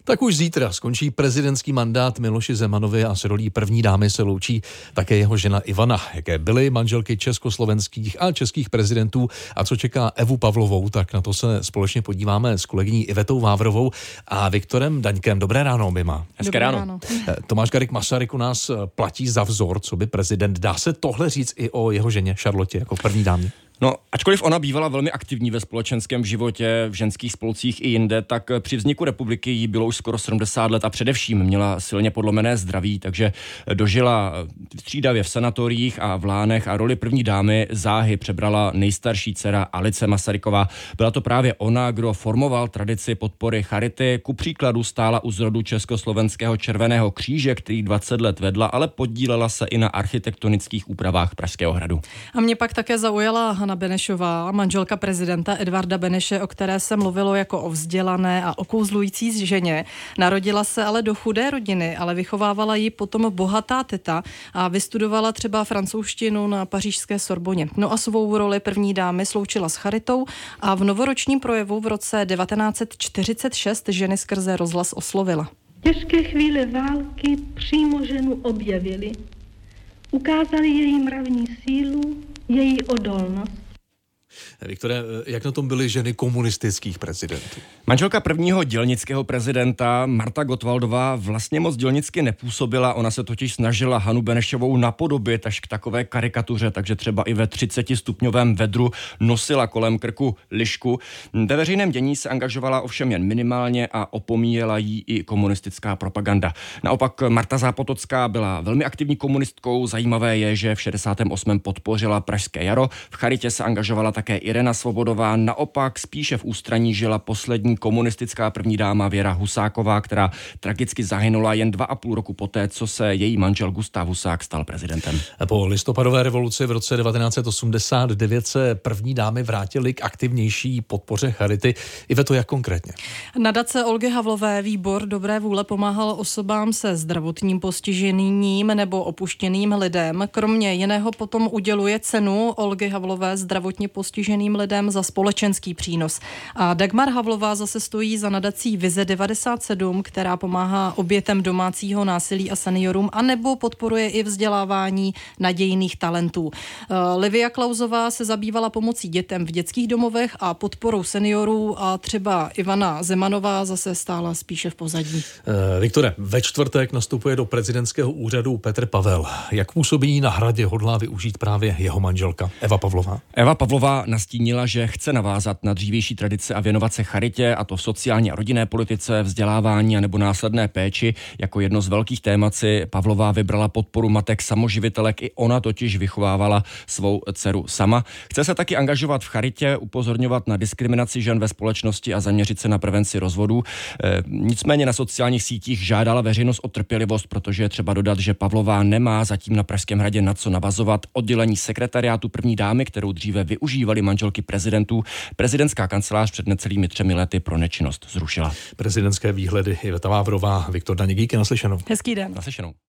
Tak už zítra skončí prezidentský mandát Miloši Zemanovi a s rolí první dámy se loučí také jeho žena Ivana. Jaké byly manželky československých a českých prezidentů a co čeká Evu Pavlovou, tak na to se společně podíváme s kolegyní Ivetou Vávrovou a Viktorem Daňkem. Dobré ráno, Bima. Hezké ráno. Tomáš Garrigue Masaryk u nás platí za vzor, co by prezident. Dá se tohle říct i o jeho ženě Charlotte jako první dámě? No, ačkoliv ona bývala velmi aktivní ve společenském životě, v ženských spolcích i jinde, tak při vzniku republiky jí bylo už skoro 70 let a především měla silně podlomené zdraví, takže dožila střídavě v sanatoriích a v Lánech a roli první dámy záhy přebrala nejstarší dcera Alice Masaryková. Byla to právě ona, kdo formoval tradici podpory charity. Ku příkladu stála u zrodu Československého červeného kříže, který 20 let vedla, ale podílela se i na architektonických úpravách Pražského hradu. A mě pak také zaujala Hana Benešová, manželka prezidenta Edvarda Beneše, o které se mluvilo jako o vzdělané a okouzlující ženě. Narodila se ale do chudé rodiny, ale vychovávala ji potom bohatá teta a vystudovala třeba francouzštinu na pařížské Sorboně. No a svou roli první dámy sloučila s charitou a v novoročním projevu v roce 1946 ženy skrze rozhlas oslovila. Těžké chvíle války přímo ženu objevily. Ukázali její mravní sílu, její odolnost. Viktore, jak na tom byly ženy komunistických prezidentů? Manželka prvního dělnického prezidenta Marta Gottwaldová vlastně moc dělnicky nepůsobila, ona se totiž snažila Hanu Benešovou napodobit až k takové karikatuře, takže třeba i ve 30stupňovém vedru nosila kolem krku lišku. Ve veřejném dění se angažovala ovšem jen minimálně a opomíjela jí i komunistická propaganda. Naopak Marta Zápotocká byla velmi aktivní komunistkou, zajímavé je, že v 68. podpořila Pražské jaro, v charitě se angažovala také Irena Svobodová, naopak spíše v ústraní žila poslední komunistická první dáma Věra Husáková, která tragicky zahynula jen 2,5 roku poté, co se její manžel Gustav Husák stal prezidentem. Po listopadové revoluci v roce 1989 se první dámy vrátily k aktivnější podpoře charity. Iveto, jak konkrétně? Nadace Olgy Havlové Výbor dobré vůle pomáhal osobám se zdravotním postižením nebo opuštěným lidem. Kromě jiného potom uděluje cenu Olgy Havlové zdravotně postiženým lidem za společenský přínos. A Dagmar Havlová zase stojí za nadací Vize 97, která pomáhá obětem domácího násilí a seniorům, anebo podporuje i vzdělávání nadějných talentů. Livia Klausová se zabývala pomocí dětem v dětských domovech a podporou seniorů a třeba Ivana Zemanová zase stála spíše v pozadí. Viktore, ve čtvrtek nastupuje do prezidentského úřadu Petr Pavel. Jak působí na Hradě hodlá využít právě jeho manželka Eva Pavlová? Eva Pavlová nastínila, že chce navázat na dřívější tradice a věnovat se charitě, a to v sociální a rodinné politice, vzdělávání a nebo následné péči. Jako jedno z velkých témat si Pavlová vybrala podporu matek samoživitelek, i ona totiž vychovávala svou dceru sama. Chce se taky angažovat v charitě, upozorňovat na diskriminaci žen ve společnosti a zaměřit se na prevenci rozvodů. Nicméně na sociálních sítích žádala veřejnost o trpělivost, protože je třeba dodat, že Pavlová nemá zatím na Pražském hradě na co navazovat. Oddělení sekretariátu první dámy, kterou dříve využívali manželky prezidentů, prezidentská kancelář před necelými 3 lety pro nečinnost zrušila. Prezidentské výhledy Iveta Vávrová, Viktor Daněk, díky, naslyšenou. Hezký den. Naslyšenou.